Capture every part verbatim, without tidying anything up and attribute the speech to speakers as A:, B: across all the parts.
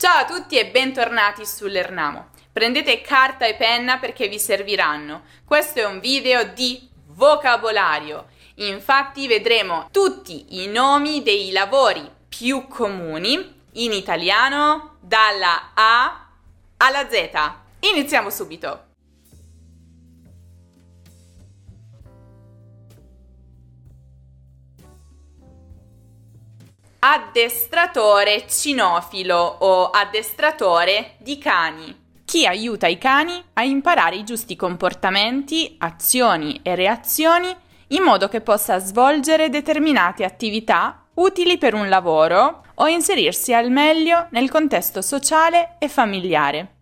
A: Ciao a tutti e bentornati su Lernamo. Prendete carta e penna perché vi serviranno. Questo è un video di vocabolario. Infatti vedremo tutti i nomi dei lavori più comuni in italiano dalla A alla Z. Iniziamo subito. Addestratore cinofilo o addestratore di cani. Chi aiuta i cani a imparare i giusti comportamenti, azioni e reazioni in modo che possa svolgere determinate attività utili per un lavoro o inserirsi al meglio nel contesto sociale e familiare.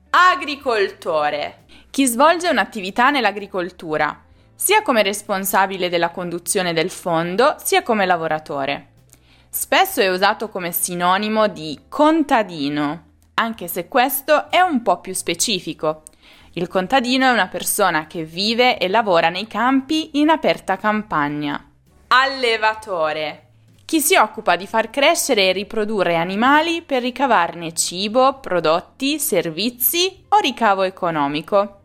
A: Agricoltore. Chi svolge un'attività nell'agricoltura, sia come responsabile della conduzione del fondo, sia come lavoratore. Spesso è usato come sinonimo di contadino, anche se questo è un po' più specifico. Il contadino è una persona che vive e lavora nei campi in aperta campagna. Allevatore. Chi si occupa di far crescere e riprodurre animali per ricavarne cibo, prodotti, servizi o ricavo economico.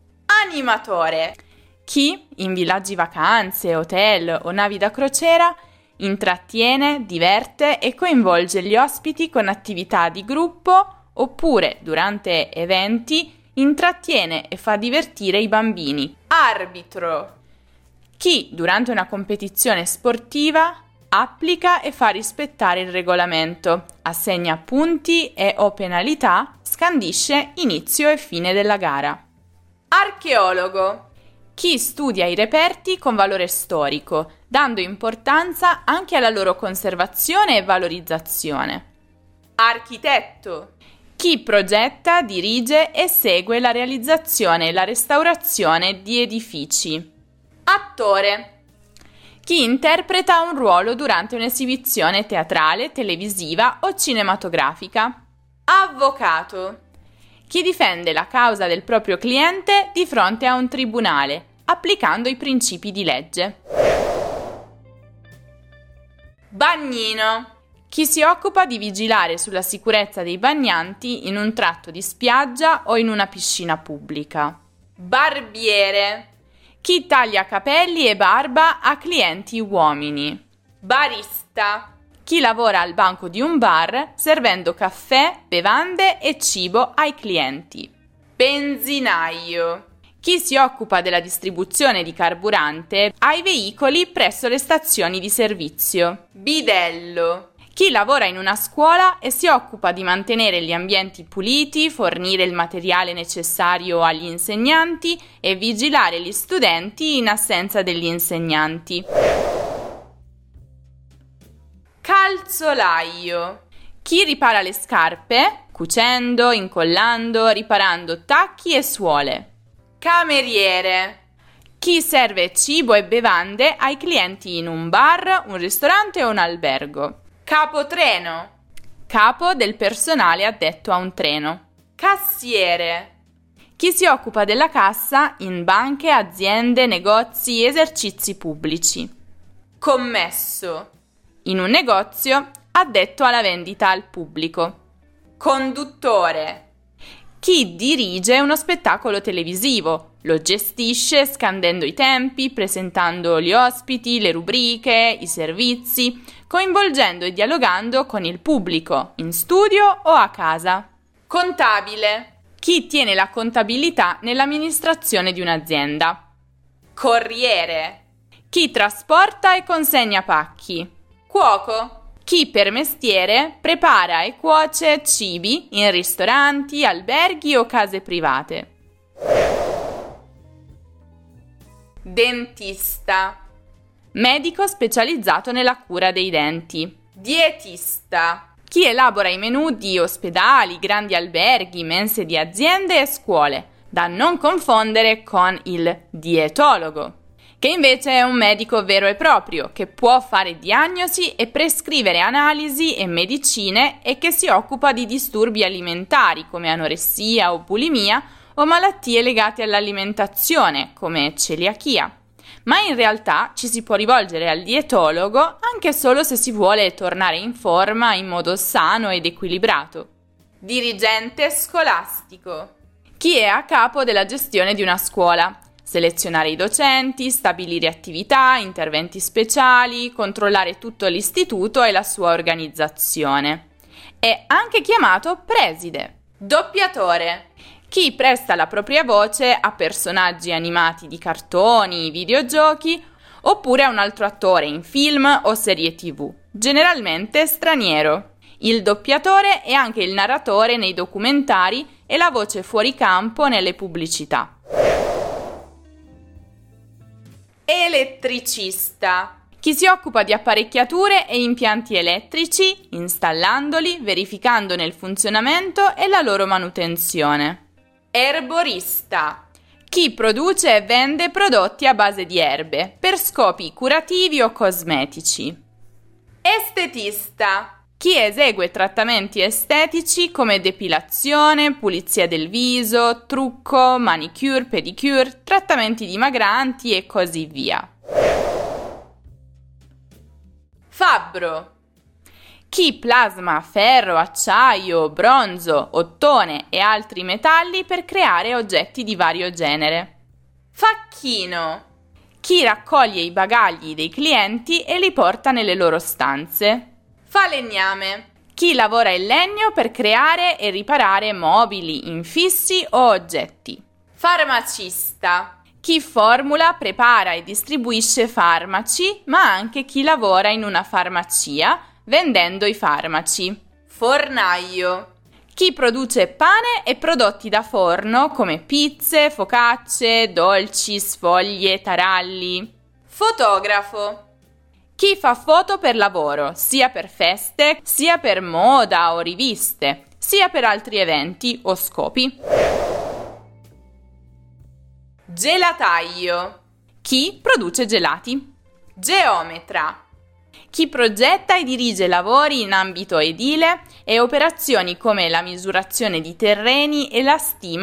A: Animatore. Chi, in villaggi vacanze, hotel o navi da crociera, intrattiene, diverte e coinvolge gli ospiti con attività di gruppo oppure, durante eventi, intrattiene e fa divertire i bambini. Arbitro. Chi, durante una competizione sportiva, applica e fa rispettare il regolamento, assegna punti e o penalità, scandisce inizio e fine della gara. Archeologo. Chi studia i reperti con valore storico, dando importanza anche alla loro conservazione e valorizzazione. Architetto. Chi progetta, dirige e segue la realizzazione e la restaurazione di edifici. Attore. Chi interpreta un ruolo durante un'esibizione teatrale, televisiva o cinematografica. Avvocato. Chi difende la causa del proprio cliente di fronte a un tribunale, applicando i principi di legge. Bagnino. Chi si occupa di vigilare sulla sicurezza dei bagnanti in un tratto di spiaggia o in una piscina pubblica. Barbiere. Chi taglia capelli e barba a clienti uomini. Barista. Chi lavora al banco di un bar servendo caffè, bevande e cibo ai clienti. Benzinaio. Chi si occupa della distribuzione di carburante ai veicoli presso le stazioni di servizio. Bidello. Chi lavora in una scuola e si occupa di mantenere gli ambienti puliti, fornire il materiale necessario agli insegnanti e vigilare gli studenti in assenza degli insegnanti. Calzolaio. Chi ripara le scarpe, cucendo, incollando, riparando tacchi e suole. Cameriere. Chi serve cibo e bevande ai clienti in un bar, un ristorante o un albergo. Capotreno. Capo del personale addetto a un treno. Cassiere. Chi si occupa della cassa in banche, aziende, negozi, esercizi pubblici. Commesso. In un negozio addetto alla vendita al pubblico. Conduttore. Chi dirige uno spettacolo televisivo, lo gestisce scandendo i tempi, presentando gli ospiti, le rubriche, i servizi, coinvolgendo e dialogando con il pubblico, in studio o a casa. Contabile. Chi tiene la contabilità nell'amministrazione di un'azienda. Corriere. Chi trasporta e consegna pacchi. Cuoco. Chi per mestiere prepara e cuoce cibi in ristoranti, alberghi o case private. Dentista. Medico specializzato nella cura dei denti. Dietista. Chi elabora i menù di ospedali, grandi alberghi, mense di aziende e scuole, da non confondere con il dietologo, che invece è un medico vero e proprio, che può fare diagnosi e prescrivere analisi e medicine e che si occupa di disturbi alimentari come anoressia o bulimia o malattie legate all'alimentazione come celiachia. Ma in realtà ci si può rivolgere al dietologo anche solo se si vuole tornare in forma in modo sano ed equilibrato. Dirigente scolastico. Chi è a capo della gestione di una scuola? Selezionare i docenti, stabilire attività, interventi speciali, controllare tutto l'istituto e la sua organizzazione. È anche chiamato preside. Doppiatore. Chi presta la propria voce a personaggi animati di cartoni, videogiochi, oppure a un altro attore in film o serie tivù, generalmente straniero. Il doppiatore è anche il narratore nei documentari e la voce fuori campo nelle pubblicità. Elettricista. Chi si occupa di apparecchiature e impianti elettrici, installandoli, verificandone il funzionamento e la loro manutenzione. Erborista. Chi produce e vende prodotti a base di erbe per scopi curativi o cosmetici. Estetista. Chi esegue trattamenti estetici come depilazione, pulizia del viso, trucco, manicure, pedicure, trattamenti dimagranti e così via. Fabbro. Chi plasma ferro, acciaio, bronzo, ottone e altri metalli per creare oggetti di vario genere. Facchino. Chi raccoglie i bagagli dei clienti e li porta nelle loro stanze. Falegname. Chi lavora il legno per creare e riparare mobili, infissi o oggetti. Farmacista. Chi formula, prepara e distribuisce farmaci, ma anche chi lavora in una farmacia vendendo i farmaci. Fornaio. Chi produce pane e prodotti da forno come pizze, focacce, dolci, sfoglie, taralli. Fotografo. Chi fa foto per lavoro, sia per feste, sia per moda o riviste, sia per altri eventi o scopi. Gelataio. Chi produce gelati. Geometra. Chi progetta e dirige lavori in ambito edile e operazioni come la misurazione di terreni e la stima